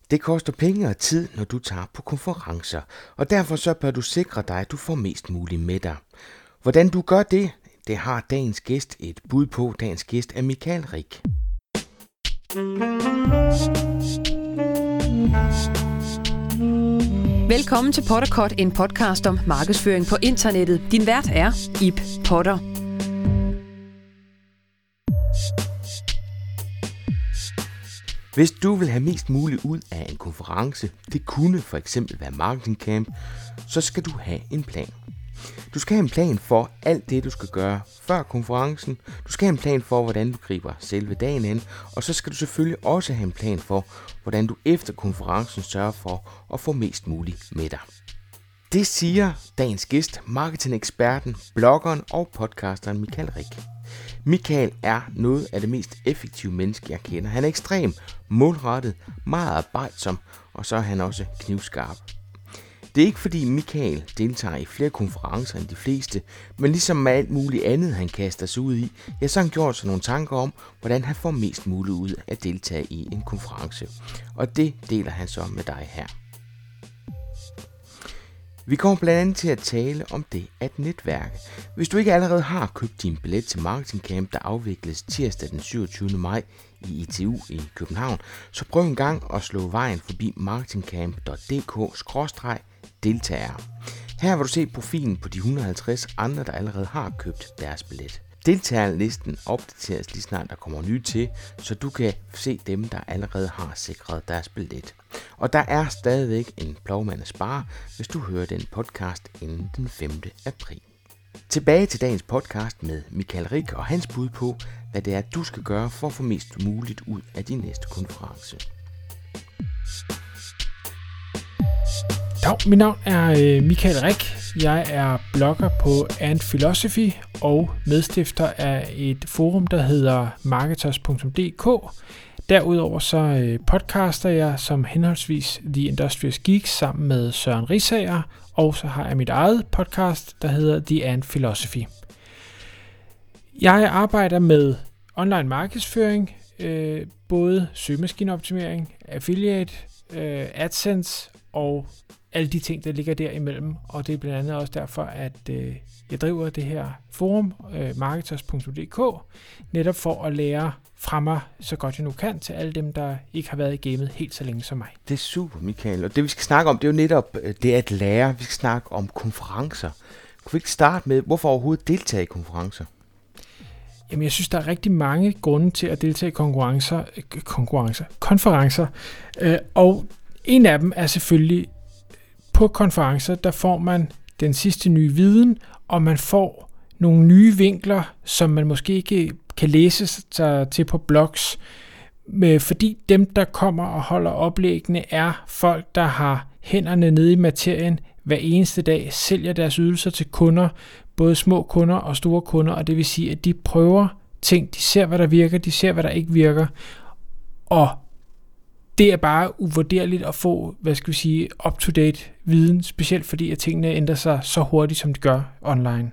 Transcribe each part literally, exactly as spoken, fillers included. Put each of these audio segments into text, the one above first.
Det koster penge og tid, når du tager på konferencer, og derfor så bør du sikre dig, at du får mest muligt med dig. Hvordan du gør det, det har dagens gæst et bud på. Dagens gæst er Michael Rik. Velkommen til Potterkort, en podcast om markedsføring på internettet. Din vært er Ib Potter. Hvis du vil have mest muligt ud af en konference, det kunne for eksempel være Marketing Camp, så skal du have en plan. Du skal have en plan for alt det, du skal gøre før konferencen. Du skal have en plan for, hvordan du griber selve dagen an. Og så skal du selvfølgelig også have en plan for, hvordan du efter konferencen sørger for at få mest muligt med dig. Det siger dagens gæst, marketingeksperten, bloggeren og podcasteren Michael Rik. Michael er noget af det mest effektive menneske, jeg kender. Han er ekstrem, målrettet, meget arbejdsom, og så er han også knivskarp. Det er ikke fordi Michael deltager i flere konferencer end de fleste, men ligesom med alt muligt andet, han kaster sig ud i, ja, så har han gjort sig nogle tanker om, hvordan han får mest muligt ud af at deltage i en konference. Og det deler han så med dig her. Vi kommer blandt andet til at tale om det at netværke. Hvis du ikke allerede har købt din billet til Marketing Camp, der afvikles tirsdag den syvogtyvende maj i I T U i København, så prøv en gang at slå vejen forbi marketingcamp punktum d k skråstreg deltagere. Her vil du se profilen på de et hundrede og halvtreds andre, der allerede har købt deres billet. Deltagerlisten opdateres lige snart der kommer nye til, så du kan se dem, der allerede har sikret deres billet. Og der er stadigvæk en plovmand at spare, hvis du hører den podcast inden den femte april. Tilbage til dagens podcast med Michael Rik og hans bud på, hvad det er, du skal gøre for at få mest muligt ud af din næste konference. Dag, mit navn er Michael Rik. Jeg er blogger på And Philosophy og medstifter af et forum, der hedder marketers punktum d k. Derudover så podcaster jeg som henholdsvis The Industrious Geeks sammen med Søren Risager, og så har jeg mit eget podcast, der hedder The And Philosophy. Jeg arbejder med online markedsføring, øh, både søgemaskineoptimering, affiliate, øh, AdSense og alle de ting, der ligger derimellem. Og det er blandt andet også derfor, at øh, jeg driver det her forum, øh, marketers punktum d k, netop for at lære fra mig så godt jeg nu kan til alle dem, der ikke har været i gamet helt så længe som mig. Det er super, Michael. Og det vi skal snakke om, det er jo netop det at lære. Vi skal snakke om konferencer. Kunne vi ikke starte med, hvorfor overhovedet deltage i konferencer? Jamen, jeg synes, der er rigtig mange grunde til at deltage i konkurrencer, øh, konkurrencer, konferencer. Øh, og en af dem er selvfølgelig, på konferencer, der får man den sidste nye viden, og man får nogle nye vinkler, som man måske ikke kan læse sig til på blogs, fordi dem, der kommer og holder oplæggene, er folk, der har hænderne nede i materien hver eneste dag, sælger deres ydelser til kunder, både små kunder og store kunder, og det vil sige, at de prøver ting, de ser, hvad der virker, de ser, hvad der ikke virker, og det er bare uvurderligt at få, hvad skal vi sige, up-to-date viden, specielt fordi at tingene ændrer sig så hurtigt, som de gør online.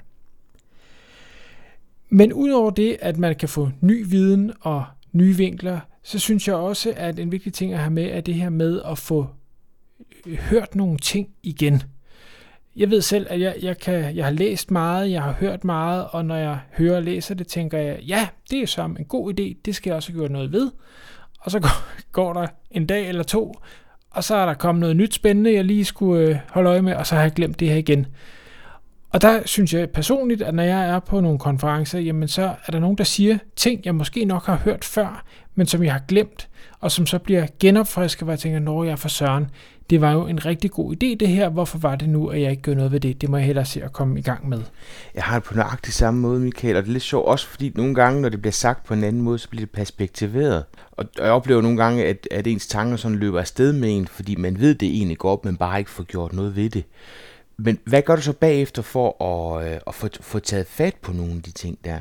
Men udover det, at man kan få ny viden og nye vinkler, så synes jeg også, at en vigtig ting at have med, er det her med at få hørt nogle ting igen. Jeg ved selv, at jeg, jeg, kan, jeg har læst meget, jeg har hørt meget, og når jeg hører og læser det, tænker jeg, ja, det er som en god idé, det skal jeg også have gjort noget ved. Og så går, går der en dag eller to, og så er der kommet noget nyt spændende, jeg lige skulle øh, holde øje med, og så har jeg glemt det her igen. Og der synes jeg personligt, at når jeg er på nogle konferencer, jamen så er der nogen, der siger ting, jeg måske nok har hørt før, men som jeg har glemt, og som så bliver genopfrisket, hvor jeg tænker, når jeg er for søren, det var jo en rigtig god idé det her, hvorfor var det nu, at jeg ikke gør noget ved det? Det må jeg hellere se at komme i gang med. Jeg har det på nøjagtig samme måde, Michael, og det er lidt sjovt også, fordi nogle gange, når det bliver sagt på en anden måde, så bliver det perspektiveret. Og jeg oplever nogle gange, at, at ens tanker sådan løber afsted med en, fordi man ved, det egentlig går op, men bare ikke får gjort noget ved det. Men hvad gør du så bagefter for at, øh, at få, få taget fat på nogle af de ting der?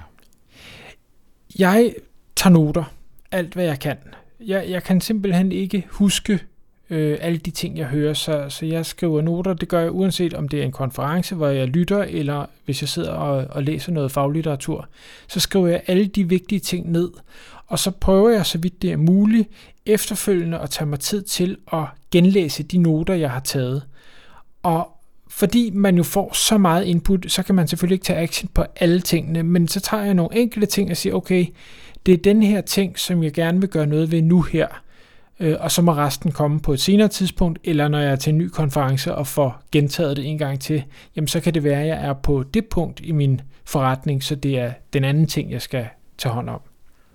Jeg tager noter, alt hvad jeg kan. Jeg, jeg kan simpelthen ikke huske øh, alle de ting, jeg hører. Så, så jeg skriver noter. Det gør jeg uanset om det er en konference, hvor jeg lytter, eller hvis jeg sidder og, og læser noget faglitteratur. Så skriver jeg alle de vigtige ting ned, og så prøver jeg, så vidt det er muligt, efterfølgende at tage mig tid til at genlæse de noter, jeg har taget. Og fordi man jo får så meget input, så kan man selvfølgelig ikke tage action på alle tingene, men så tager jeg nogle enkelte ting og siger, okay, det er den her ting, som jeg gerne vil gøre noget ved nu her, øh, og så må resten komme på et senere tidspunkt, eller når jeg er til en ny konference og får gentaget det en gang til, jamen så kan det være, at jeg er på det punkt i min forretning, så det er den anden ting, jeg skal tage hånd om.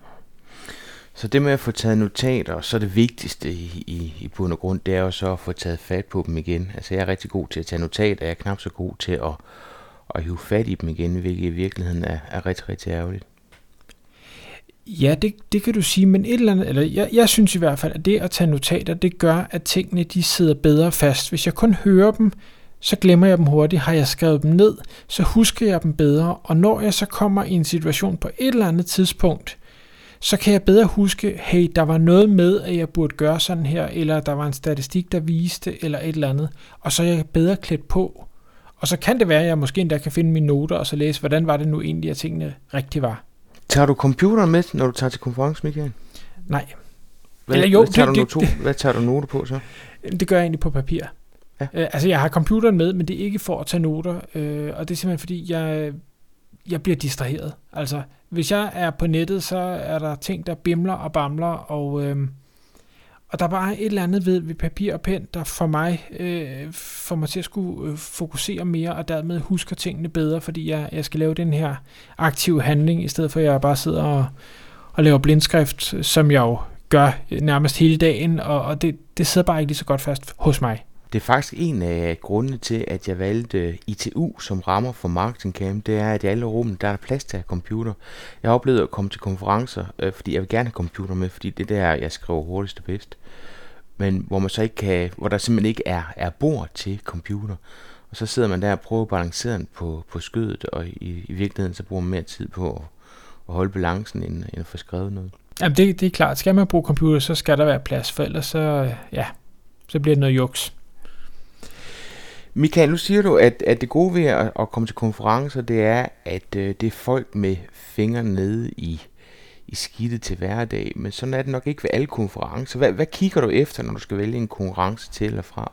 Så det med at få taget notater, så det vigtigste i, i, i bund og grund, det er jo så at få taget fat på dem igen. Altså jeg er rigtig god til at tage notater, jeg er knap så god til at, at hive fat i dem igen, hvilket i virkeligheden er, er rigtig, rigtig ærgerligt. Ja, det, det kan du sige, men et eller andet, eller jeg, jeg synes i hvert fald, at det at tage notater, det gør, at tingene de sidder bedre fast. Hvis jeg kun hører dem, så glemmer jeg dem hurtigt. Har jeg skrevet dem ned, så husker jeg dem bedre, og når jeg så kommer i en situation på et eller andet tidspunkt, så kan jeg bedre huske, hey, der var noget med, at jeg burde gøre sådan her, eller der var en statistik, der viste, eller et eller andet, og så er jeg bedre klædt på. Og så kan det være, at jeg måske endda kan finde mine noter, og så læse, hvordan var det nu egentlig, at tingene rigtig var. Tager du computeren med, når du tager til konference, Michael? Nej. Hvad, eller jo, hvad, tager, det, du det, noter, hvad tager du noter på så? Det gør jeg egentlig på papir. Ja. Øh, altså, jeg har computeren med, men det er ikke for at tage noter, øh, og det er simpelthen fordi, jeg... jeg bliver distraheret. Altså, hvis jeg er på nettet, så er der ting, der bimler og bamler, og, øhm, og der er bare et eller andet ved, ved papir og pen, der for mig øh, får mig til at skulle øh, fokusere mere, og dermed husker tingene bedre, fordi jeg, jeg skal lave den her aktive handling, i stedet for at jeg bare sidder og, og laver blindskrift, som jeg jo gør nærmest hele dagen, og, og det, det sidder bare ikke lige så godt fast hos mig. Det er faktisk en af grundene til, at jeg valgte I T U som rammer for Marketing Camp. Det er, at i alle rummene, der er plads til at have computer. Jeg har oplevet at komme til konferencer, øh, fordi jeg vil gerne have computer med, fordi det er der, jeg skriver hurtigst og bedst. Men hvor man så ikke kan, hvor der simpelthen ikke er, er bord til computer. Og så sidder man der og prøver at balancere den på, på skødet, og i, i virkeligheden så bruger man mere tid på at, at holde balancen, end, end at få skrevet noget. Jamen det, det er klart. Skal man bruge computer, så skal der være plads, for ellers så, ja, så bliver det noget juks. Michael, nu siger du, at, at det gode ved at, at komme til konferencer, det er, at øh, det er folk med fingre nede i, i skidtet til hverdag. Men sådan er det nok ikke ved alle konferencer. Hvad, hvad kigger du efter, når du skal vælge en konference til eller fra?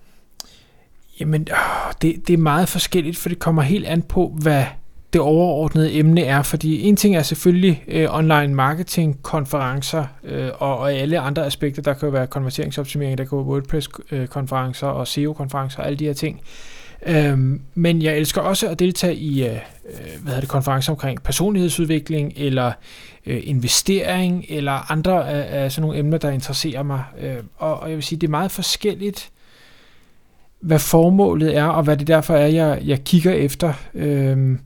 Jamen, øh, det, det er meget forskelligt, for det kommer helt an på, hvad det overordnede emne er. Fordi en ting er selvfølgelig øh, online marketing, konferencer øh, og, og alle andre aspekter. Der kan jo være konverteringsoptimering, der kan være WordPress-konferencer og S E O-konferencer og alle de her ting. Øhm, men jeg elsker også at deltage i øh, hvad hedder det, konferencer omkring personlighedsudvikling eller øh, investering eller andre af, af sådan nogle emner, der interesserer mig. Øh, og, og jeg vil sige, det er meget forskelligt, hvad formålet er, og hvad det derfor er, jeg, jeg kigger efter. Øh,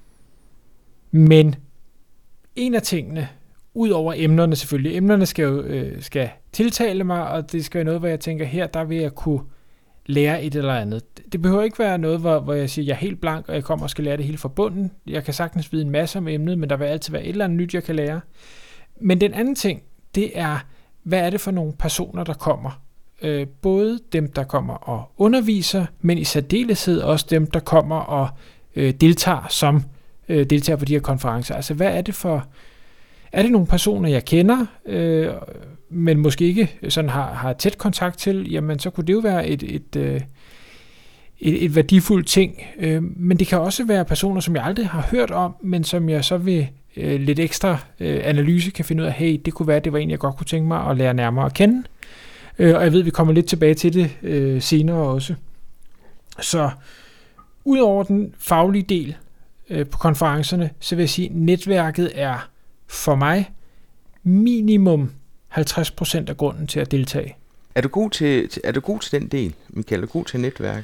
Men en af tingene, ud over emnerne selvfølgelig, emnerne skal jo øh, skal tiltale mig, og det skal være noget, hvor jeg tænker, her der vil jeg kunne lære et eller andet. Det behøver ikke være noget, hvor, hvor jeg siger, jeg er helt blank, og jeg kommer og skal lære det hele fra bunden. Jeg kan sagtens vide en masse om emnet, men der vil altid være et eller andet nyt, jeg kan lære. Men den anden ting, det er, hvad er det for nogle personer, der kommer? Øh, både dem, der kommer og underviser, men i særdeleshed også dem, der kommer og øh, deltager som deltager på de her konferencer. Altså, hvad er det for... Er det nogle personer, jeg kender, øh, men måske ikke sådan har, har tæt kontakt til, jamen, så kunne det jo være et, et, et, et, et værdifuldt ting. Øh, men det kan også være personer, som jeg aldrig har hørt om, men som jeg så ved øh, lidt ekstra øh, analyse kan finde ud af, hey, det kunne være, det var en, jeg godt kunne tænke mig at lære nærmere at kende. Øh, og jeg ved, vi kommer lidt tilbage til det øh, senere også. Så ud over den faglige del på konferencerne, så vil jeg sige, at netværket er for mig minimum halvtreds procent af grunden til at deltage. Er du god til, er du god til den del, Michael? Er du god til netværk?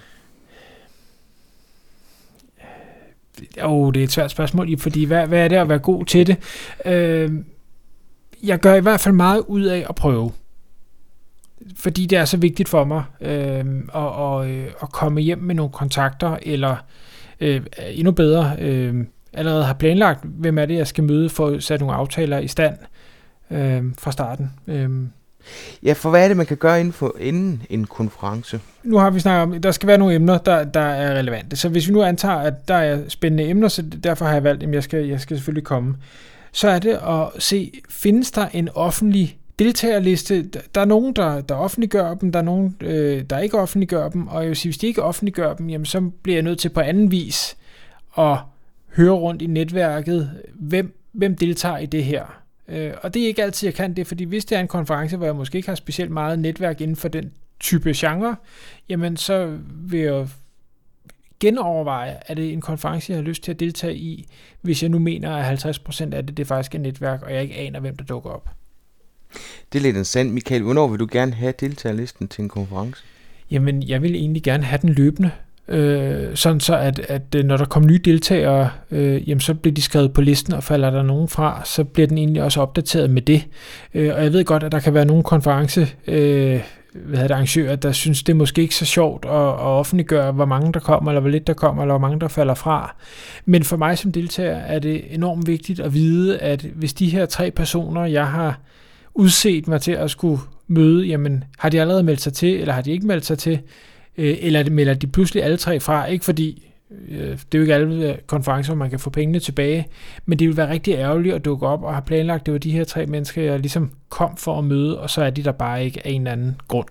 Oh, det er et svært spørgsmål, fordi hvad, hvad er det at være god til det? Øh, jeg gør i hvert fald meget ud af at prøve. Fordi det er så vigtigt for mig øh, at, at, at komme hjem med nogle kontakter, eller øh, endnu bedre, øh, allerede har planlagt, hvem er det, jeg skal møde, for at sætte nogle aftaler i stand øh, fra starten. Øh. Ja, for hvad er det, man kan gøre inden, for, inden en konference? Nu har vi snakket om, at der skal være nogle emner, der, der er relevante. Så hvis vi nu antager, at der er spændende emner, så derfor har jeg valgt, at jeg skal, jeg skal selvfølgelig komme, så er det at se, findes der en offentlig deltagerliste? Der er nogen, der, der offentliggør dem, der er nogen, øh, der ikke offentliggør dem, og jeg vil sige, hvis de ikke offentliggør dem, jamen, så bliver jeg nødt til på anden vis at høre rundt i netværket, hvem, hvem deltager i det her. Og det er ikke altid, jeg kan det, fordi hvis det er en konference, hvor jeg måske ikke har specielt meget netværk inden for den type genre, jamen så vil jeg genoverveje, er det en konference, jeg har lyst til at deltage i, hvis jeg nu mener, at halvtreds procent af det, det er faktisk et netværk, og jeg ikke aner, hvem der dukker op. Det er lidt interessant. Michael, hvornår vil du gerne have deltagerlisten til en konference? Jamen, jeg vil egentlig gerne have den løbende. Øh, sådan så, at, at når der kommer nye deltagere, øh, jamen, så bliver de skrevet på listen, og falder der nogen fra, så bliver den egentlig også opdateret med det. Øh, og jeg ved godt, at der kan være nogle konference øh, hvad hedder det, arrangører, der synes, det er måske ikke så sjovt at, at offentliggøre, hvor mange der kommer, eller hvor lidt der kommer, eller hvor mange der falder fra. Men for mig som deltager er det enormt vigtigt at vide, at hvis de her tre personer, jeg har udset mig til at skulle møde, jamen har de allerede meldt sig til, eller har de ikke meldt sig til, eller melder de pludselig alle tre fra, ikke fordi øh, det er jo ikke alle konferencer, man kan få pengene tilbage, men det vil være rigtig ærgerligt at dukke op og have planlagt, det var de her tre mennesker, jeg ligesom kom for at møde, og så er de der bare ikke af en eller anden grund.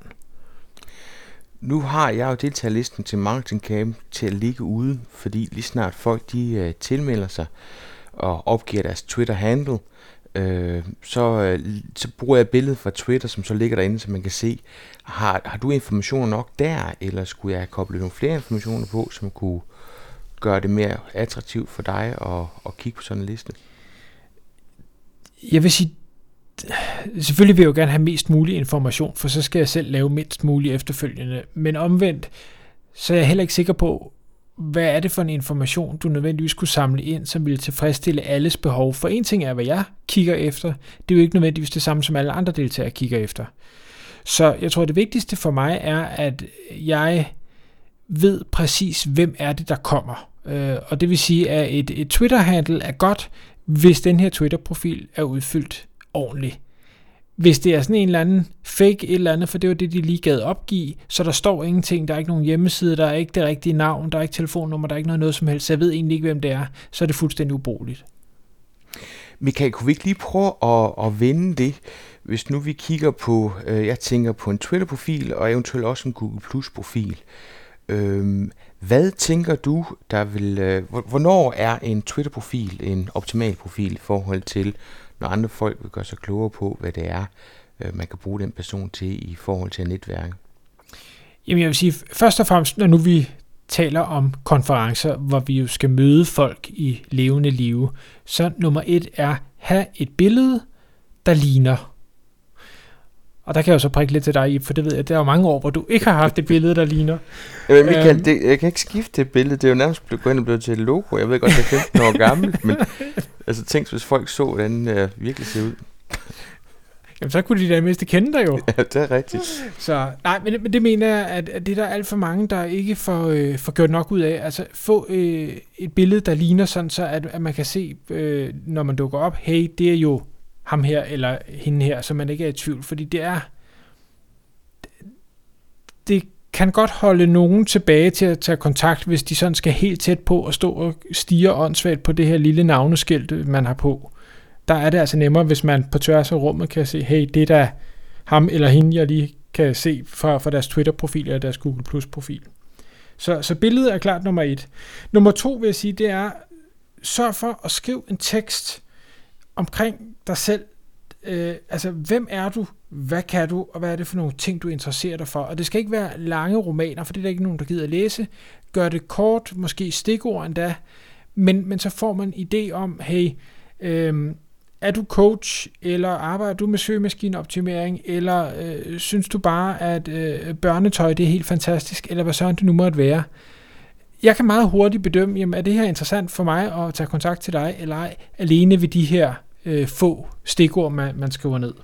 Nu har jeg jo deltagerlisten til Marketing Camp til at ligge ude, fordi lige snart folk de uh, tilmelder sig og opgiver deres Twitter-handle, Øh, så, øh, så bruger jeg billedet fra Twitter, som så ligger derinde, så man kan se, har, har du informationer nok der, eller skulle jeg have koblet nogle flere informationer på, som kunne gøre det mere attraktivt for dig at, at kigge på sådan en liste? Jeg vil sige, selvfølgelig vil jeg jo gerne have mest mulig information, for så skal jeg selv lave mindst muligt efterfølgende, men omvendt, så er jeg heller ikke sikker på, hvad er det for en information, du nødvendigvis skulle samle ind, som ville tilfredsstille alles behov? For en ting er, hvad jeg kigger efter. Det er jo ikke nødvendigvis det samme, som alle andre deltagere kigger efter. Så jeg tror, det vigtigste for mig er, at jeg ved præcis, hvem er det, der kommer. Og det vil sige, at et, et Twitter-handle er godt, hvis den her Twitter-profil er udfyldt ordentligt. Hvis det er sådan en eller anden fake et eller andet, for det var det, de lige gad opgive, så der står ingenting, der er ikke nogen hjemmeside, der er ikke det rigtige navn, der er ikke telefonnummer, der er ikke noget, noget som helst, så jeg ved egentlig ikke, hvem det er, så er det fuldstændig ubrugeligt. Michael, kunne vi ikke lige prøve at, at vende det, hvis nu vi kigger på, øh, jeg tænker på en Twitter-profil, og eventuelt også en Google Plus-profil. Øh, hvad tænker du, der vil, øh, hvornår er en Twitter-profil en optimal profil i forhold til, når andre folk vil gøre sig klogere på, hvad det er, øh, man kan bruge den person til i forhold til netværket? Jamen jeg vil sige, først og fremmest, når nu vi taler om konferencer, hvor vi jo skal møde folk i levende live, så nummer et er, have et billede, der ligner. Og der kan jeg jo så prikke lidt til dig, for det ved jeg, der er jo mange år, hvor du ikke har haft et billede, der ligner. Jamen Michael, øhm, det, jeg kan ikke skifte det billede, det er jo nærmest blevet, gået ind og blevet til et logo. Jeg ved godt, det er femten år gammelt, men altså tænk, hvis folk så, hvordan det øh, virkelig ser ud. Jamen så kunne de da mindst kende dig jo. Ja, det er rigtigt. Så nej, men, men det mener jeg, at, at det der er alt for mange, der ikke får, øh, får gjort nok ud af. Altså få øh, et billede, der ligner sådan, så at, at man kan se, øh, når man dukker op, hey, det er jo ham her eller hende her, så man ikke er i tvivl, fordi det er det kan godt holde nogen tilbage til at tage kontakt, hvis de sådan skal helt tæt på og stå og stirre åndssvagt på det her lille navneskilt, man har på. Der er det altså nemmere, hvis man på tværs af rummet kan se, hey, det er da ham eller hende, jeg lige kan se fra, fra deres Twitter-profil eller deres Google Plus-profil. Så, så billedet er klart nummer et. Nummer to vil jeg sige, det er, sørg for at skrive en tekst omkring dig selv. Øh, altså, hvem er du? Hvad kan du? Og hvad er det for nogle ting, du interesserer dig for? Og det skal ikke være lange romaner, for det er der ikke nogen, der gider at læse. Gør det kort, måske stikord endda, men, men så får man en idé om, hey, øh, er du coach, eller arbejder du med søgemaskineoptimering, eller øh, synes du bare, at øh, børnetøj det er helt fantastisk, eller hvad sådan det nu måtte være. Jeg kan meget hurtigt bedømme, jamen, er det her interessant for mig at tage kontakt til dig, eller ej, alene ved de her øh, få stikord, man, man skriver ned.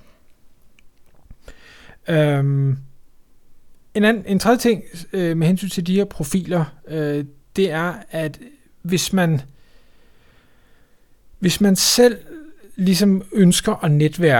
Øhm, en, anden, en tredje ting øh, med hensyn til de her profiler, øh, det er, at hvis man hvis man selv ligesom ønsker at netværke,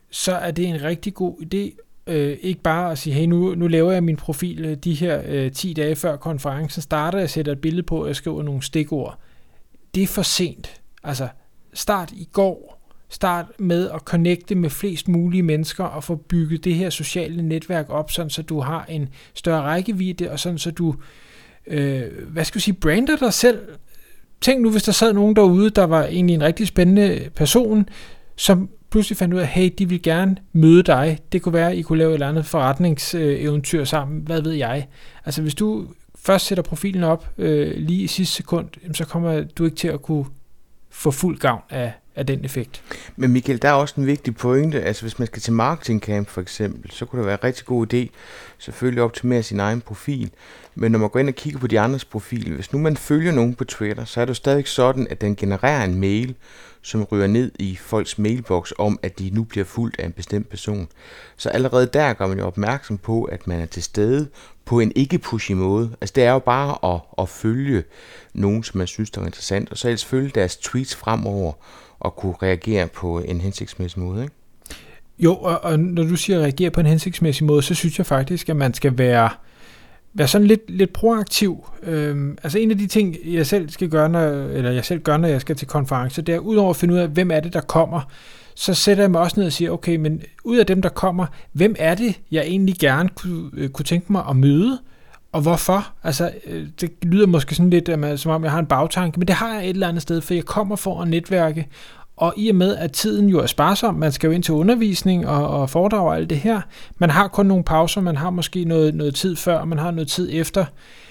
så er det en rigtig god idé, øh, ikke bare at sige, hey, nu, nu laver jeg min profil de her øh, ti dage før konferencen starter, jeg sætter et billede på, og jeg skriver nogle stikord. Det er for sent. Altså, start i går. Start med at connecte med flest mulige mennesker og få bygget det her sociale netværk op, sådan så du har en større rækkevidde, og sådan så du, øh, hvad skal jeg sige, brander dig selv. Tænk nu, hvis der sad nogen derude, der var egentlig en rigtig spændende person, som pludselig fandt ud af, hey, de vil gerne møde dig. Det kunne være, at I kunne lave et eller andet forretningseventyr sammen. Hvad ved jeg? Altså, hvis du først sætter profilen op øh, lige i sidste sekund, så kommer du ikke til at kunne få fuld gavn af, af den effekt. Men Michael, der er også en vigtig pointe. Altså, hvis man skal til Marketing Camp for eksempel, så kunne det være en rigtig god idé selvfølgelig at optimere sin egen profil. Men når man går ind og kigger på de andres profil, hvis nu man følger nogen på Twitter, så er det jo stadig sådan, at den genererer en mail, som ryger ned i folks mailbox om, at de nu bliver fulgt af en bestemt person. Så allerede der gør man jo opmærksom på, at man er til stede på en ikke-pushy måde. Altså det er jo bare at, at følge nogen, som man synes, der er interessant, og så ellers følge deres tweets fremover og kunne reagere på en hensigtsmæssig måde, ikke? Jo, og, og når du siger reagere på en hensigtsmæssig måde, så synes jeg faktisk, at man skal være være sådan lidt, lidt proaktiv. Øhm, altså en af de ting, jeg selv skal gøre, når, eller jeg selv gør, når jeg skal til konference, det er udover at finde ud af, hvem er det, der kommer, så sætter jeg mig også ned og siger, okay, men ud af dem, der kommer, hvem er det, jeg egentlig gerne kunne, øh, kunne tænke mig at møde, og hvorfor? Altså, øh, det lyder måske sådan lidt, øh, som om jeg har en bagtanke, men det har jeg et eller andet sted, for jeg kommer for at netværke, og i og med, at tiden jo er sparsom, man skal jo ind til undervisning og, og foredrag og alt det her, man har kun nogle pauser, man har måske noget, noget tid før, og man har noget tid efter,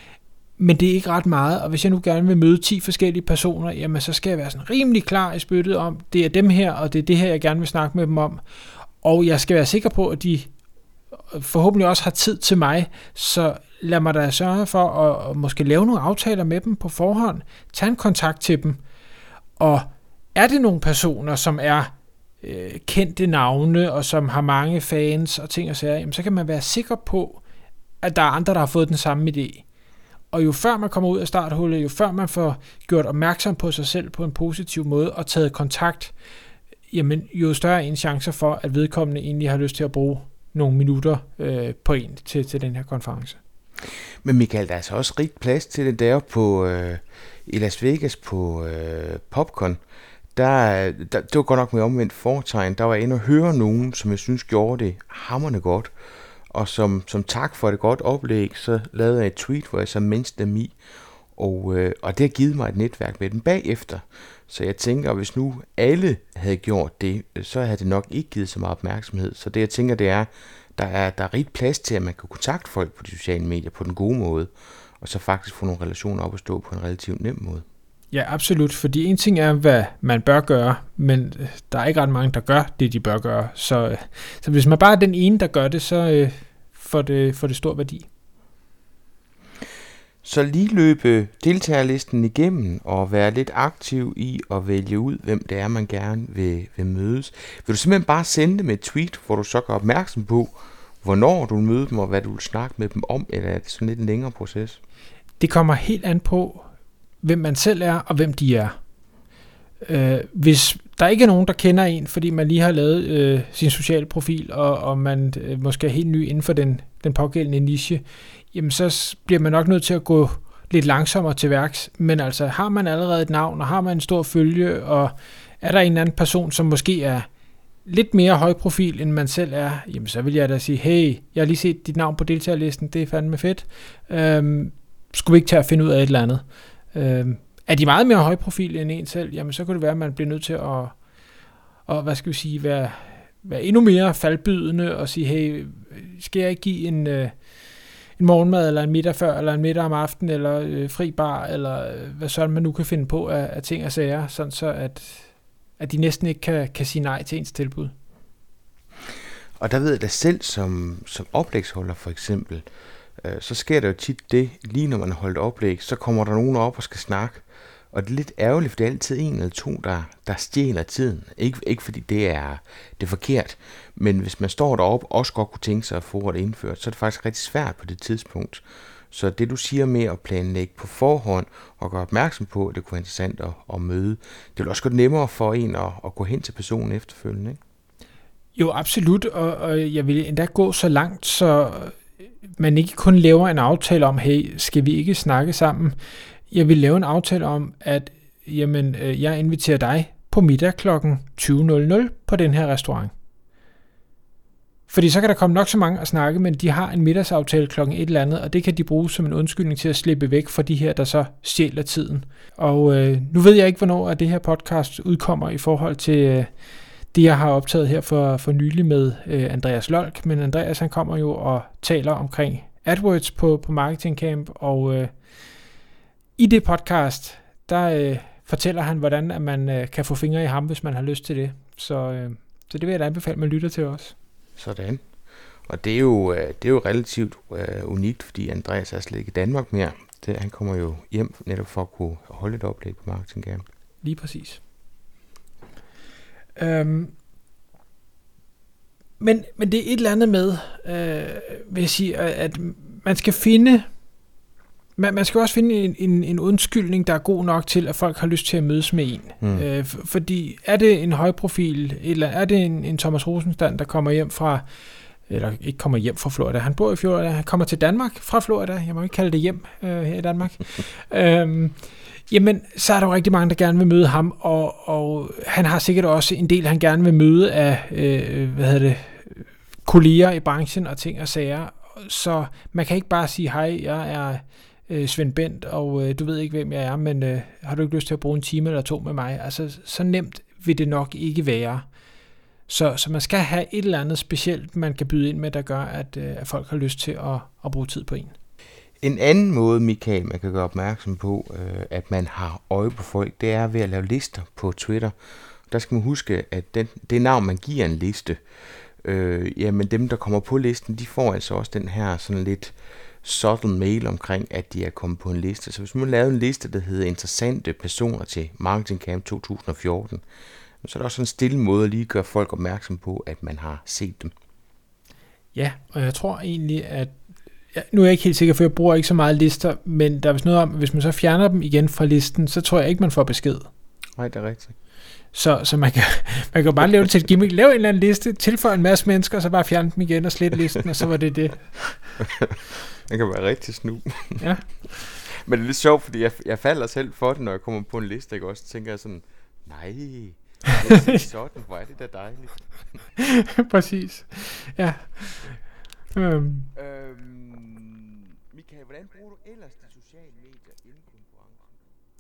men det er ikke ret meget, og hvis jeg nu gerne vil møde ti forskellige personer, jamen så skal jeg være sådan rimelig klar i spyttet om, det er dem her, og det er det her, jeg gerne vil snakke med dem om, og jeg skal være sikker på, at de forhåbentlig også har tid til mig, så lad mig da sørge for at, at måske lave nogle aftaler med dem på forhånd, tage en kontakt til dem, og er det nogle personer, som er øh, kendte navne, og som har mange fans og ting og sager, jamen, så kan man være sikker på, at der er andre, der har fået den samme idé. Og jo før man kommer ud af starthullet, jo før man får gjort opmærksom på sig selv på en positiv måde og taget kontakt, jamen, jo større er en chance for, at vedkommende egentlig har lyst til at bruge nogle minutter øh, på en til, til den her konference. Men Michael, der er altså også rigt plads til det der på øh, i Las Vegas på øh, Popcorn. Der, der, det var godt nok med omvendt foretegn. Der var jeg inde og høre nogen, som jeg synes gjorde det hamrende godt. Og som, som tak for det godt oplæg, så lavede jeg et tweet, hvor jeg så mindste dem i. Og, øh, og det har givet mig et netværk med dem bagefter. Så jeg tænker, at hvis nu alle havde gjort det, så havde det nok ikke givet så meget opmærksomhed. Så det jeg tænker, det er, der er, der er rigt plads til, at man kan kontakte folk på de sociale medier på den gode måde. Og så faktisk få nogle relationer op at stå på en relativt nem måde. Ja, absolut, fordi en ting er, hvad man bør gøre, men der er ikke ret mange, der gør det, de bør gøre. Så, så hvis man bare er den ene, der gør det, så øh, får det, får det stor værdi. Så lige løbe deltagerlisten igennem og være lidt aktiv i at vælge ud, hvem det er, man gerne vil, vil mødes. Vil du simpelthen bare sende dem et tweet, hvor du så gør opmærksom på, hvornår du vil møde dem, og hvad du vil snakke med dem om, eller er det sådan lidt en længere proces? Det kommer helt an på, hvem man selv er, og hvem de er. Øh, hvis der ikke er nogen, der kender en, fordi man lige har lavet øh, sin sociale profil, og, og man øh, måske er helt ny inden for den, den pågældende niche, jamen så bliver man nok nødt til at gå lidt langsommere til værks. Men altså, har man allerede et navn, og har man en stor følge, og er der en eller anden person, som måske er lidt mere højprofil, end man selv er, jamen så vil jeg da sige, hey, jeg har lige set dit navn på deltagerlisten, det er fandme fedt. Øh, skulle vi ikke tage at finde ud af et eller andet? Øh, er de meget mere højprofil end en selv, jamen så kunne det være, at man bliver nødt til at, og, hvad skal vi sige, være, være endnu mere faldbydende og sige, hey, skal jeg ikke give en, øh, en morgenmad, eller en middag før, eller en middag om aftenen, eller øh, fri bar, eller øh, hvad sådan man nu kan finde på af, af ting og sager, sådan så at, at de næsten ikke kan, kan sige nej til ens tilbud. Og der ved jeg da selv, som, som oplægsholder for eksempel, øh, så sker der jo tit det, lige når man har holdt oplæg, så kommer der nogen op og skal snakke, og det er lidt ærgerligt, for det er altid en eller to, der, der stjæler tiden. Ikke, ikke fordi det er, det er forkert, men hvis man står deroppe og også godt kunne tænke sig at få det indført, så er det faktisk rigtig svært på det tidspunkt. Så det du siger med at planlægge på forhånd og gøre opmærksom på, at det kunne være interessant at, at møde, det vil også gøre det nemmere for en at, at gå hen til personen efterfølgende, ikke? Jo, absolut, og, og jeg vil endda gå så langt, så man ikke kun laver en aftale om, hey, skal vi ikke snakke sammen? Jeg vil lave en aftale om, at jamen, jeg inviterer dig på middag klokken tyve nul nul på den her restaurant. Fordi så kan der komme nok så mange at snakke, men de har en middagsaftale klokken et eller andet, og det kan de bruge som en undskyldning til at slippe væk fra de her, der så stjæler tiden. Og øh, nu ved jeg ikke, hvornår at det her podcast udkommer i forhold til øh, det, jeg har optaget her for, for nylig med øh, Andreas Lolk, men Andreas han kommer jo og taler omkring AdWords på, på Marketing Camp, og øh, i det podcast, der øh, fortæller han, hvordan at man øh, kan få fingre i ham, hvis man har lyst til det. Så, øh, så det vil jeg da anbefale, at man lytter til os. Sådan. Og det er jo, det er jo relativt uh, unikt, fordi Andreas er slet ikke i Danmark mere. Det, han kommer jo hjem netop for at kunne holde et oplæg på Marketing Camp. Lige præcis. Øhm, men, men det er et eller andet med, øh, vil jeg sige, at man skal finde, man, man skal også finde en, en, en undskyldning, der er god nok til, at folk har lyst til at mødes med en. Mm. Øh, for, fordi er det en højprofil, eller er det en, en Thomas Rosenstand, der kommer hjem fra, eller ikke kommer hjem fra Florida, han bor i Florida, han kommer til Danmark fra Florida, jeg må ikke kalde det hjem øh, her i Danmark, øhm, jamen så er der jo rigtig mange, der gerne vil møde ham, og, og han har sikkert også en del, han gerne vil møde af, øh, hvad hedder det, kolleger i branchen og ting og sager, så man kan ikke bare sige, hej, jeg er øh, Svend Bent, og øh, du ved ikke, hvem jeg er, men øh, har du ikke lyst til at bruge en time eller to med mig? Altså, så nemt vil det nok ikke være. Så, så man skal have et eller andet specielt, man kan byde ind med, der gør, at, øh, at folk har lyst til at, at bruge tid på en. En anden måde, Michael, man kan gøre opmærksom på, øh, at man har øje på folk, det er ved at lave lister på Twitter. Der skal man huske, at den, det navn, man giver en liste, øh, jamen dem, der kommer på listen, de får altså også den her sådan lidt subtle mail omkring, at de er kommet på en liste. Så hvis man laver en liste, der hedder interessante personer til Marketing Camp to tusind og fjorten, så er der også en stille måde at lige gøre folk opmærksom på, at man har set dem. Ja, og jeg tror egentlig, at ja, nu er jeg ikke helt sikker, for jeg bruger ikke så meget lister, men der er vist noget om, hvis man så fjerner dem igen fra listen, så tror jeg ikke, man får besked. Nej, det er rigtigt. Så, så man, kan, man kan bare lave det til et gimmick. Lav en eller anden liste, tilføje en masse mennesker, og så bare fjerne dem igen og slette listen, og så var det det. Det kan være rigtig snu. Ja. Men det er lidt sjovt, fordi jeg, jeg falder selv for det, når jeg kommer på en liste, ikke? Også tænker jeg sådan, nej, det er sådan, hvor er det da dejligt. Præcis. Ja. Øhm. Øhm, Michael, hvordan bruger du ellers de sociale medier inden konkurrencen?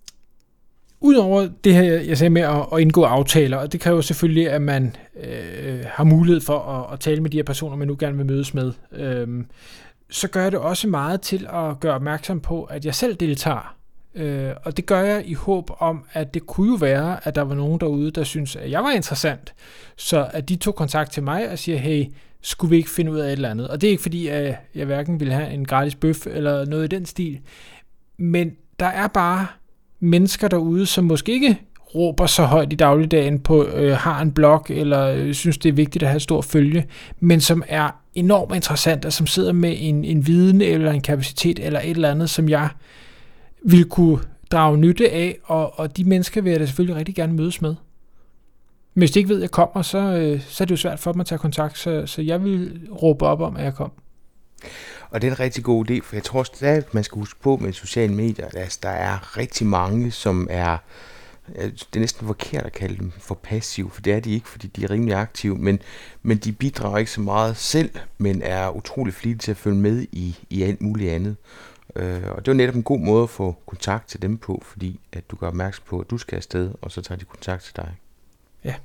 Udover det her, jeg sagde med at, at indgå aftaler, og det kræver selvfølgelig, at man øh, har mulighed for at, at tale med de her personer, man nu gerne vil mødes med, øhm, så gør jeg det også meget til at gøre opmærksom på, at jeg selv deltager. Øh, og det gør jeg i håb om, at det kunne jo være, at der var nogen derude, der synes, at jeg var interessant. Så at de tog kontakt til mig og siger, hey, skulle vi ikke finde ud af et eller andet? Og det er ikke fordi, at jeg hverken vil have en gratis bøf eller noget i den stil. Men der er bare mennesker derude, som måske ikke råber så højt i dagligdagen på, øh, har en blog, eller øh, synes, det er vigtigt at have stor følge, men som er enormt interessant, og som sidder med en, en viden eller en kapacitet eller et eller andet, som jeg vil kunne drage nytte af, og, og de mennesker vil jeg da selvfølgelig rigtig gerne mødes med. Men hvis de ikke ved, at jeg kommer, så, øh, så er det jo svært for dem at tage kontakt, så, så jeg vil råbe op om, at jeg kom. Og det er en rigtig god idé, for jeg tror stadig, at man skal huske på med sociale medier, at altså, der er rigtig mange, som er, det er næsten forkert at kalde dem for passive, for det er de ikke, fordi de er rimelig aktive, men, men de bidrager ikke så meget selv, men er utrolig flittige til at følge med i, i alt muligt andet. Øh, og det er netop en god måde at få kontakt til dem på, fordi at du gør opmærksom på, at du skal afsted, og så tager de kontakt til dig. Ja.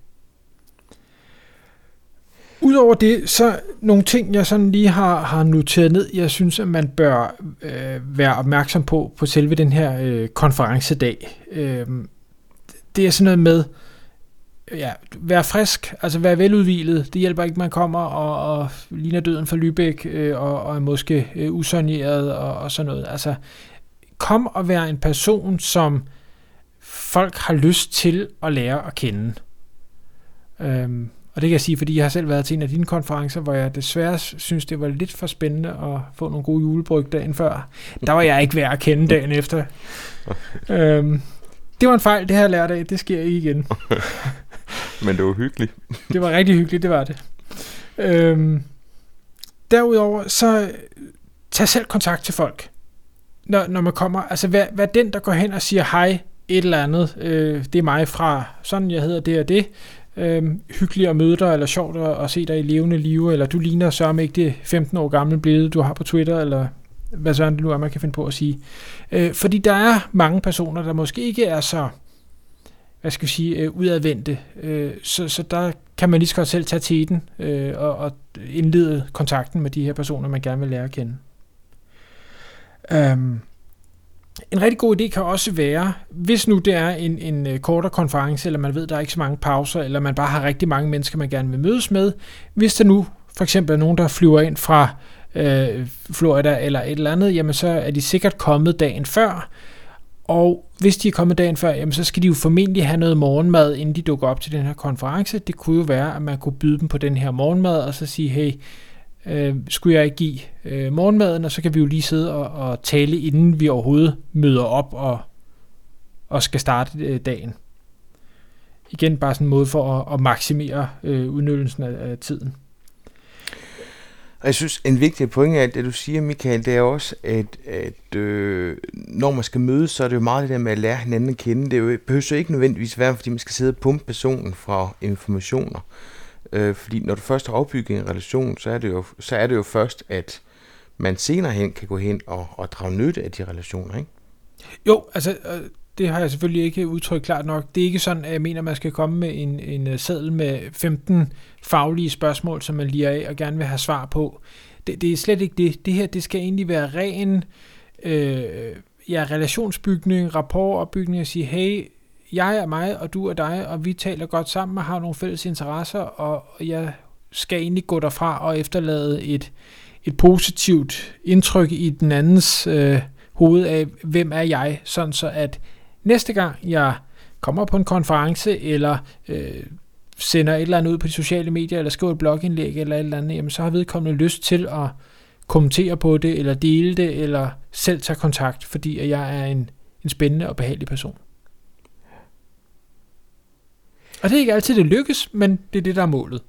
Udover det, så nogle ting, jeg sådan lige har, har noteret ned, jeg synes, at man bør øh, være opmærksom på, på selve den her øh, konferencedag. Øh, det er sådan noget med, ja, være frisk, altså være veludhvilet. Det hjælper ikke, man kommer og, og ligner døden for Lübeck øh, og, og er måske øh, usoneret og, og sådan noget. Altså, kom og vær en person, som folk har lyst til at lære at kende. Øhm, og det kan jeg sige, fordi jeg har selv været til en af dine konferencer, hvor jeg desværre synes, det var lidt for spændende at få nogle gode julebryg dagen før. Der var jeg ikke værd at kende dagen efter. øhm, det var en fejl, det har jeg lært af. Det sker ikke igen. Men det var hyggeligt. Det var rigtig hyggeligt, det var det. Øhm, derudover, så tag selv kontakt til folk, når, når man kommer. Altså, vær, vær den, der går hen og siger hej, et eller andet. Øh, det er mig fra sådan, jeg hedder det og det. Øh, hyggeligt at møde dig, eller sjovt at, at se dig i levende live, eller du ligner sørme ikke det femten år gamle billede, du har på Twitter, eller hvad sådan det nu er, man kan finde på at sige. Øh, fordi der er mange personer, der måske ikke er så, hvad skal vi sige, øh, udadvendte. Øh, så, så der kan man lige så godt selv tage teten øh, og, og indlede kontakten med de her personer, man gerne vil lære at kende. Um, en rigtig god idé kan også være, hvis nu det er en, en kortere konference, eller man ved, der er ikke så mange pauser, eller man bare har rigtig mange mennesker, man gerne vil mødes med. Hvis der nu for eksempel er nogen, der flyver ind fra øh, Florida eller et eller andet, jamen så er de sikkert kommet dagen før. Og hvis de er kommet dagen før, jamen så skal de jo formentlig have noget morgenmad, inden de dukker op til den her konference. Det kunne jo være, at man kunne byde dem på den her morgenmad, og så sige, hey, øh, skulle jeg ikke give øh, morgenmaden, og så kan vi jo lige sidde og, og tale, inden vi overhovedet møder op og, og skal starte øh, dagen. Igen bare sådan en måde for at, at maksimere øh, udnyttelsen af, af tiden. Og jeg synes, en vigtig pointe af det, du siger, Michael, det er også, at, at øh, når man skal mødes, så er det jo meget det der med at lære hinanden at kende. Det er jo, behøver jo ikke nødvendigvis være, fordi man skal sidde og pumpe personen fra informationer. Øh, fordi når du først har opbygget en relation, så er det jo, så er det jo først, at man senere hen kan gå hen og, og drage nytte af de relationer, ikke? Jo, altså det har jeg selvfølgelig ikke udtrykt klart nok. Det er ikke sådan, at jeg mener, at man skal komme med en, en seddel med femten faglige spørgsmål, som man liger af og gerne vil have svar på. Det, det er slet ikke det. Det her, det skal egentlig være ren øh, ja, relationsbygning, rapportopbygning og sige, hey, jeg er mig, og du er dig, og vi taler godt sammen og har nogle fælles interesser, og jeg skal egentlig gå derfra og efterlade et, et positivt indtryk i den andens øh, hoved af, hvem er jeg, sådan så at næste gang jeg kommer på en konference, eller øh, sender et eller andet ud på de sociale medier, eller skriver et blogindlæg, eller et eller andet, jamen så har vedkommende lyst til at kommentere på det, eller dele det, eller selv tage kontakt, fordi at jeg er en, en spændende og behagelig person. Og det er ikke altid, det lykkes, men det er det, der er målet.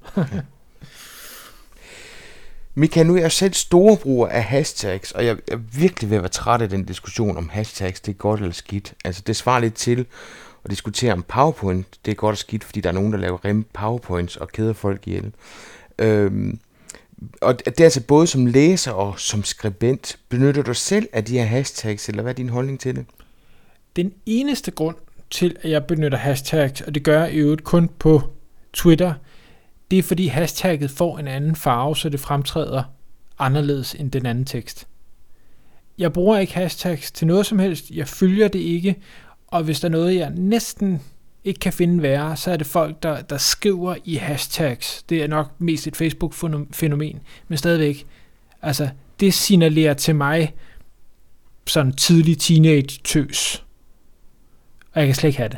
Michael, nu er jeg selv store bruger af hashtags, og jeg er virkelig ved at være træt af den diskussion om hashtags, det er godt eller skidt. Altså det svarer lidt til at diskutere om PowerPoint, det er godt og skidt, fordi der er nogen, der laver remme PowerPoints og keder folk ihjel. Øhm, og det er altså både som læser og som skribent. Benytter du selv af de her hashtags, eller hvad er din holdning til det? Den eneste grund til, at jeg benytter hashtags, og det gør jeg i øvrigt kun på Twitter, det er fordi hashtagget får en anden farve, så det fremtræder anderledes end den anden tekst. Jeg bruger ikke hashtags til noget som helst, jeg følger det ikke, og hvis der er noget, jeg næsten ikke kan finde værre, så er det folk, der, der skriver i hashtags. Det er nok mest et Facebook-fænomen, men stadigvæk. Altså, det signalerer til mig sådan tidlig teenage-tøs. Og jeg kan slet ikke have det.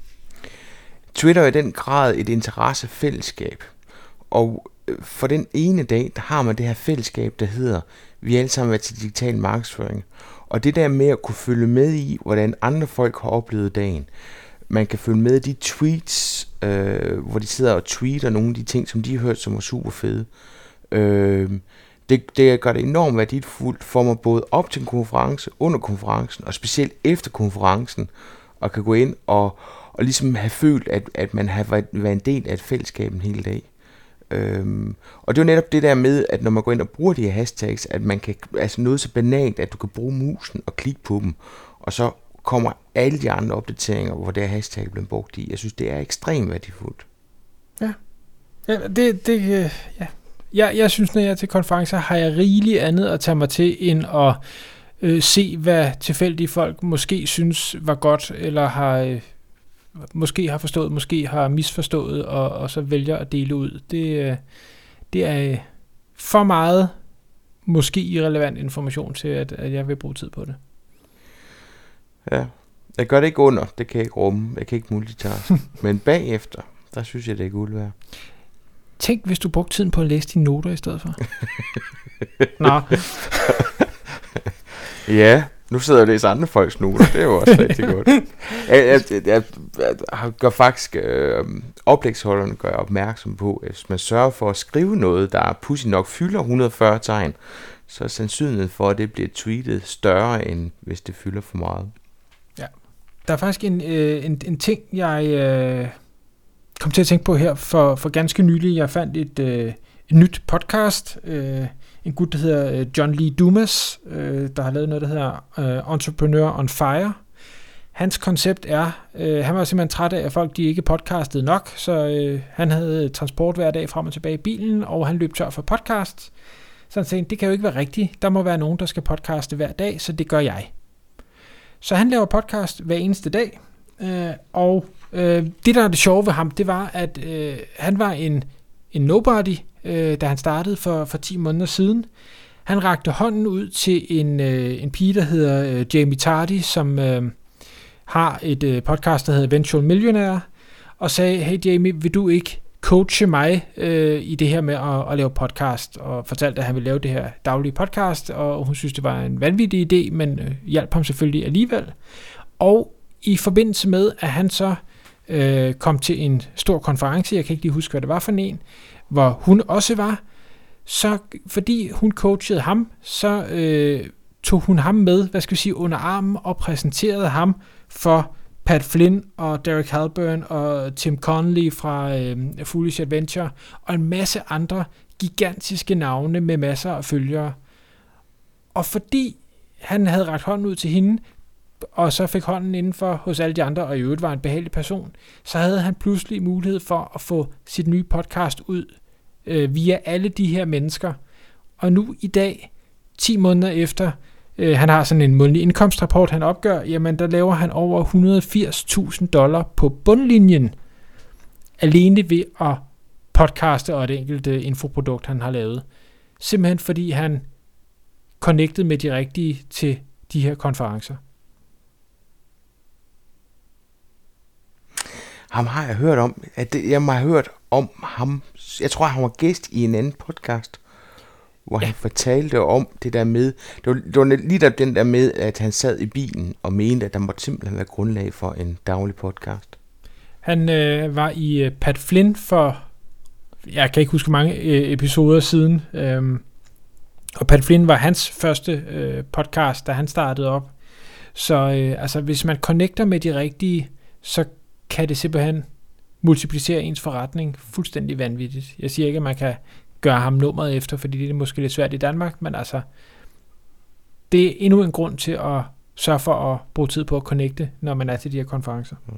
Twitter er i den grad et interessefællesskab. Og for den ene dag, der har man det her fællesskab, der hedder, vi alle sammen er til digital markedsføring. Og det der med at kunne følge med i, hvordan andre folk har oplevet dagen. Man kan følge med i de tweets, øh, hvor de sidder og tweeter nogle af de ting, som de har hørt, som var super fede. Øh, det, det gør det enormt værdifuldt for mig, både op til en konference, under konferencen, og specielt efter konferencen, og kan gå ind og, og ligesom have følt, at, at man har været, været en del af et fællesskab en hel dag. Øhm, og det er jo netop det der med, at når man går ind og bruger de her hashtags, at man kan, altså noget så banalt, at du kan bruge musen og klikke på dem, og så kommer alle de andre opdateringer, hvor det her hashtag bliver brugt i. Jeg synes, det er ekstremt værdifuldt. Ja, ja det, det ja. Jeg, jeg synes, når jeg er til konferencer, har jeg rigeligt andet at tage mig til, end at øh, se, hvad tilfældige folk måske synes var godt, eller har øh, måske har forstået, måske har misforstået, og, og så vælger at dele ud. Det, øh, det er for meget måske irrelevant information til, at, at jeg vil bruge tid på det. Ja, jeg gør det ikke under, det kan jeg ikke rumme, jeg kan ikke multitaske, men bagefter, der synes jeg, det er guld værd. Tænk, hvis du brugte tiden på at læse dine noter i stedet for. Nå. Ja, Nu sidder jeg og læser andre folks noter, det er jo også rigtig godt. Jeg, jeg, jeg, jeg gør faktisk, øh, oplægsholderne gør jeg opmærksom på, at hvis man sørger for at skrive noget, der pudsigt nok fylder et hundrede og fyrre tegn, så er sandsynligheden for, at det bliver tweetet større, end hvis det fylder for meget. Ja. Der er faktisk en, øh, en, en ting, jeg øh, kom til at tænke på her for, for ganske nylig. Jeg fandt et, øh, et nyt podcast, øh, en gut, der hedder John Lee Dumas, øh, der har lavet noget, der hedder øh, Entrepreneur on Fire. Hans koncept er, øh, han var simpelthen træt af, at folk de ikke podcastede nok, så øh, han havde transport hver dag frem og tilbage i bilen, og han løb tør for podcast. Så han tænkte, det kan jo ikke være rigtigt. Der må være nogen, der skal podcaste hver dag, så det gør jeg. Så han laver podcast hver eneste dag, øh, og øh, det, der er det sjove ved ham, det var, at øh, han var en, en nobody, øh, da han startede for, for ti måneder siden. Han rakte hånden ud til en, øh, en pige, der hedder øh, Jaime Tardy, som øh, har et øh, podcast, der hedder Eventual Millionaire, og sagde, hey Jamie, vil du ikke coache mig øh, i det her med at, at lave podcast, og fortalte, at han ville lave det her daglige podcast, og hun synes, det var en vanvittig idé, men øh, hjalp ham selvfølgelig alligevel. Og i forbindelse med, at han så øh, kom til en stor konference, jeg kan ikke lige huske, hvad det var for en, hvor hun også var, så fordi hun coachede ham, så øh, tog hun ham med, hvad skal vi sige, under armen, og præsenterede ham for Pat Flynn og Derek Halburn og Tim Connelly fra øh, Foolish Adventure og en masse andre gigantiske navne med masser af følgere. Og fordi han havde rakt hånden ud til hende, og så fik hånden indenfor hos alle de andre, og i øvrigt var en behagelig person, så havde han pludselig mulighed for at få sit nye podcast ud øh, via alle de her mennesker. Og nu i dag, ti måneder efter, øh, han har sådan en månedlig indkomstrapport, han opgør, jamen der laver han over et hundrede og firs tusind dollar på bundlinjen, alene ved at podcaste og et enkelt øh, infoprodukt, han har lavet. Simpelthen fordi han connected med de rigtige til de her konferencer. Ham har jeg hørt om. At det, jeg har hørt om ham. Jeg tror, han var gæst i en anden podcast, hvor ja. han fortalte om det der med, det var, det var lige der den der med, at han sad i bilen og mente, at der måtte simpelthen være grundlag for en daglig podcast. Han øh, var i øh, Pat Flynn for, jeg kan ikke huske mange øh, episoder siden, øhm, og Pat Flynn var hans første øh, podcast, da han startede op. Så øh, altså, hvis man connecter med de rigtige, så kan det simpelthen multiplicere ens forretning fuldstændig vanvittigt. Jeg siger ikke, at man kan gøre ham nummeret efter, fordi det er måske lidt svært i Danmark, men altså, det er endnu en grund til at sørge for at bruge tid på at connecte, når man er til de her konferencer. Mm.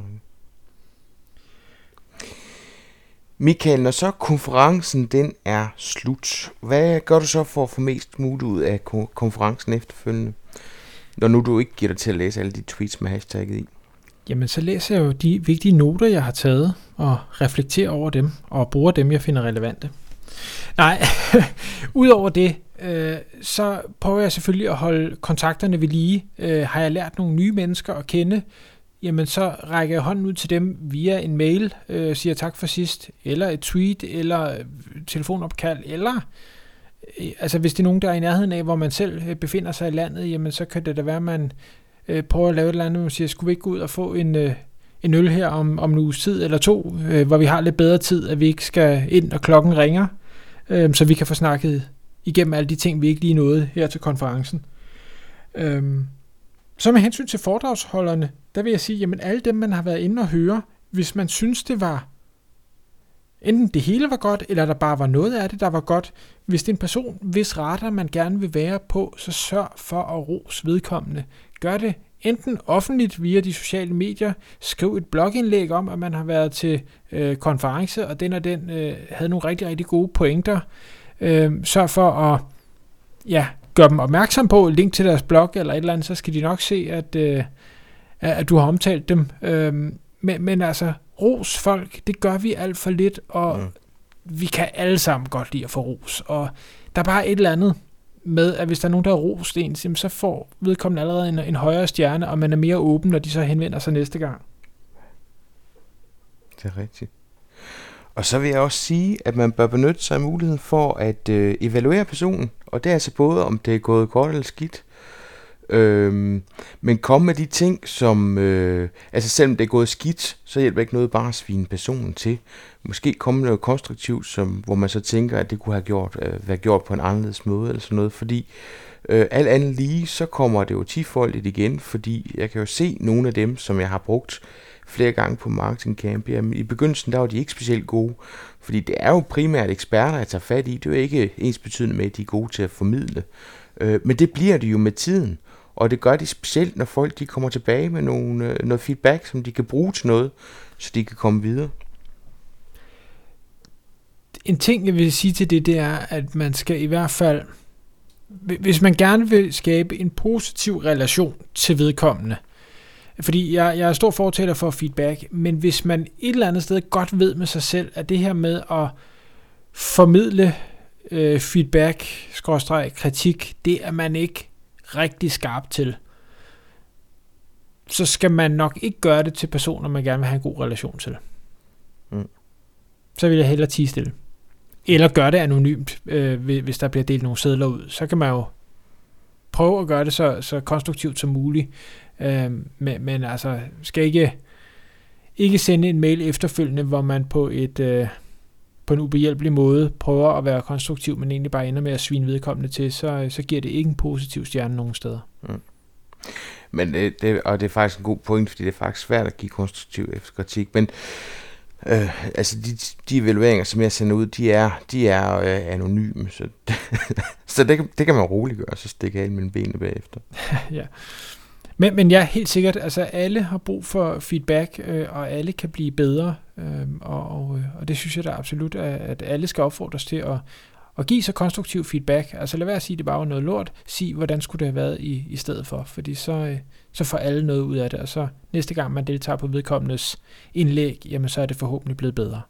Michael, når så konferencen den er slut, hvad gør du så for at få mest muligt ud af konferencen efterfølgende, når nu du ikke giver dig til at læse alle de tweets med hashtagget i? Jamen, så læser jeg jo de vigtige noter, jeg har taget, og reflekterer over dem, og bruger dem, jeg finder relevante. Nej, udover det, øh, så prøver jeg selvfølgelig at holde kontakterne ved lige. Øh, har jeg lært nogle nye mennesker at kende, jamen så rækker jeg hånden ud til dem via en mail, øh, siger tak for sidst, eller et tweet, eller telefonopkald, eller øh, altså hvis det er nogen, der er i nærheden af, hvor man selv befinder sig i landet, jamen så kan det da være, at man øh, prøver at lave et eller andet, man siger, skulle vi ikke gå ud og få en, øh, en øl her om, om en uges tid eller to, øh, hvor vi har lidt bedre tid, at vi ikke skal ind, og klokken ringer, øh, så vi kan få snakket igennem alle de ting, vi ikke lige nåede her til konferencen. Øh, Så med hensyn til foredragsholderne, der vil jeg sige, jamen alle dem, man har været inde og høre, hvis man synes, det var, enten det hele var godt, eller der bare var noget af det, der var godt, hvis det er en person, hvis radar man gerne vil være på, så sørg for at rose vedkommende. Gør det enten offentligt via de sociale medier, skriv et blogindlæg om, at man har været til øh, konference, og den og den øh, havde nogle rigtig, rigtig gode pointer. Øh, sørg for at, ja, gør dem opmærksom på, link til deres blog eller et eller andet, så skal de nok se, at, øh, at du har omtalt dem. Øh, men, men altså, ros folk, det gør vi alt for lidt, og mm. vi kan alle sammen godt lide at få ros. Og der er bare et eller andet med, at hvis der er nogen, der har rost en, så får vedkommende allerede en, en højere stjerne, og man er mere åben, når de så henvender sig næste gang. Det er rigtigt. Og så vil jeg også sige, at man bør benytte sig af muligheden for at øh, evaluere personen, og det er altså både, om det er gået godt eller skidt. Øhm, men kom med de ting, som, øh, altså selvom det er gået skidt, så hjælper ikke noget bare at svine personen til. Måske komme noget konstruktivt, som, hvor man så tænker, at det kunne have gjort, øh, været gjort på en anderledes måde, eller sådan noget, fordi øh, alt andet lige, så kommer det jo tifoldigt igen, fordi jeg kan jo se nogle af dem, som jeg har brugt flere gange på Marketing Camp. Jamen, i begyndelsen, der var de ikke specielt gode, fordi det er jo primært eksperter, jeg tager fat i. Det er jo ikke ensbetydende med, at de er gode til at formidle. Øh, men det bliver det jo med tiden, og det gør de specielt, når folk de kommer tilbage med nogle, øh, noget feedback, som de kan bruge til noget, så de kan komme videre. En ting, jeg vil sige til det, det er, at man skal i hvert fald, hvis man gerne vil skabe en positiv relation til vedkommende, fordi jeg, jeg er stor fortaler for feedback, men hvis man et eller andet sted godt ved med sig selv, at det her med at formidle øh, feedback, skråstreg, kritik, det er man ikke rigtig skarp til, så skal man nok ikke gøre det til personer, man gerne vil have en god relation til. Mm. Så vil jeg hellere tie stille. Eller gøre det anonymt, øh, hvis der bliver delt nogle sedler ud. Så kan man jo prøve at gøre det så, så konstruktivt som muligt. Øh, men, men altså, skal ikke, ikke sende en mail efterfølgende, hvor man på, et, øh, på en ubehjælpelig måde prøver at være konstruktiv, men egentlig bare ender med at svine vedkommende til, så, så giver det ikke en positiv stjerne nogen steder. Mm. Men det, det, og det er faktisk en god point, fordi det er faktisk svært at give konstruktiv efterkritik, men Øh, altså de, de evalueringer, som jeg sender ud, de er, de er øh, anonyme, så, så det, kan, det kan man roligt gøre, så stikke af mine benene bagefter. Ja. Men, men ja, helt sikkert, altså alle har brug for feedback, øh, og alle kan blive bedre, øh, og, og, og det synes jeg da absolut, at, at alle skal opfordres til at, at give så konstruktiv feedback. Altså lad være at sige, at det bare var noget lort. Sig, hvordan skulle det have været i, i stedet for, fordi så, øh, så får alle noget ud af det, og så næste gang man deltager på vedkommendes indlæg, jamen så er det forhåbentlig blevet bedre.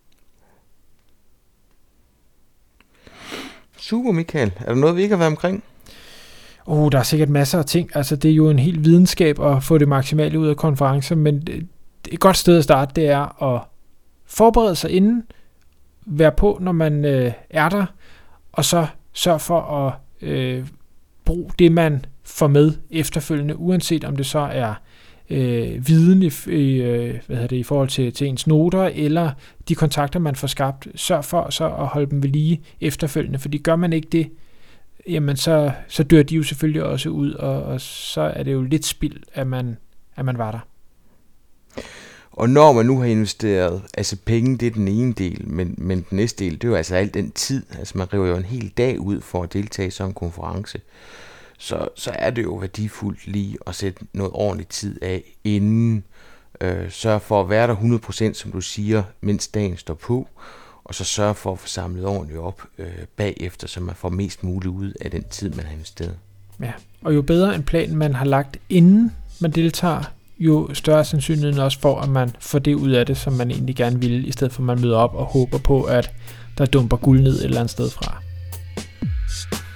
Super, Michael. Er der noget, vi ikke har været omkring? Oh, der er sikkert masser af ting. Altså det er jo en hel videnskab at få det maksimale ud af konferencer, men det, et godt sted at starte, det er at forberede sig inden, være på, når man øh, er der, og så sørge for at øh, bruge det, man får med efterfølgende, uanset om det så er øh, viden i, øh, hvad hedder det, i forhold til, til ens noter, eller de kontakter, man får skabt. Sørg for så at holde dem ved lige efterfølgende, fordi gør man ikke det, jamen så, så dør de jo selvfølgelig også ud, og, og så er det jo lidt spild, at man, at man var der. Og når man nu har investeret, altså penge, det er den ene del, men, men den næste del, det er jo altså al den tid. Altså man river jo en hel dag ud for at deltage i sådan en konference. Så, så er det jo værdifuldt lige at sætte noget ordentligt tid af inden. Øh, sørg for at være der hundrede procent, som du siger, mens dagen står på. Og så sørg for at få samlet ordentligt op øh, bagefter, så man får mest muligt ud af den tid, man har investeret. Ja, og jo bedre en plan, man har lagt inden man deltager, jo større sandsynligheden også for, at man får det ud af det, som man egentlig gerne vil, i stedet for at man møder op og håber på, at der dumper guld ned et eller andet sted fra.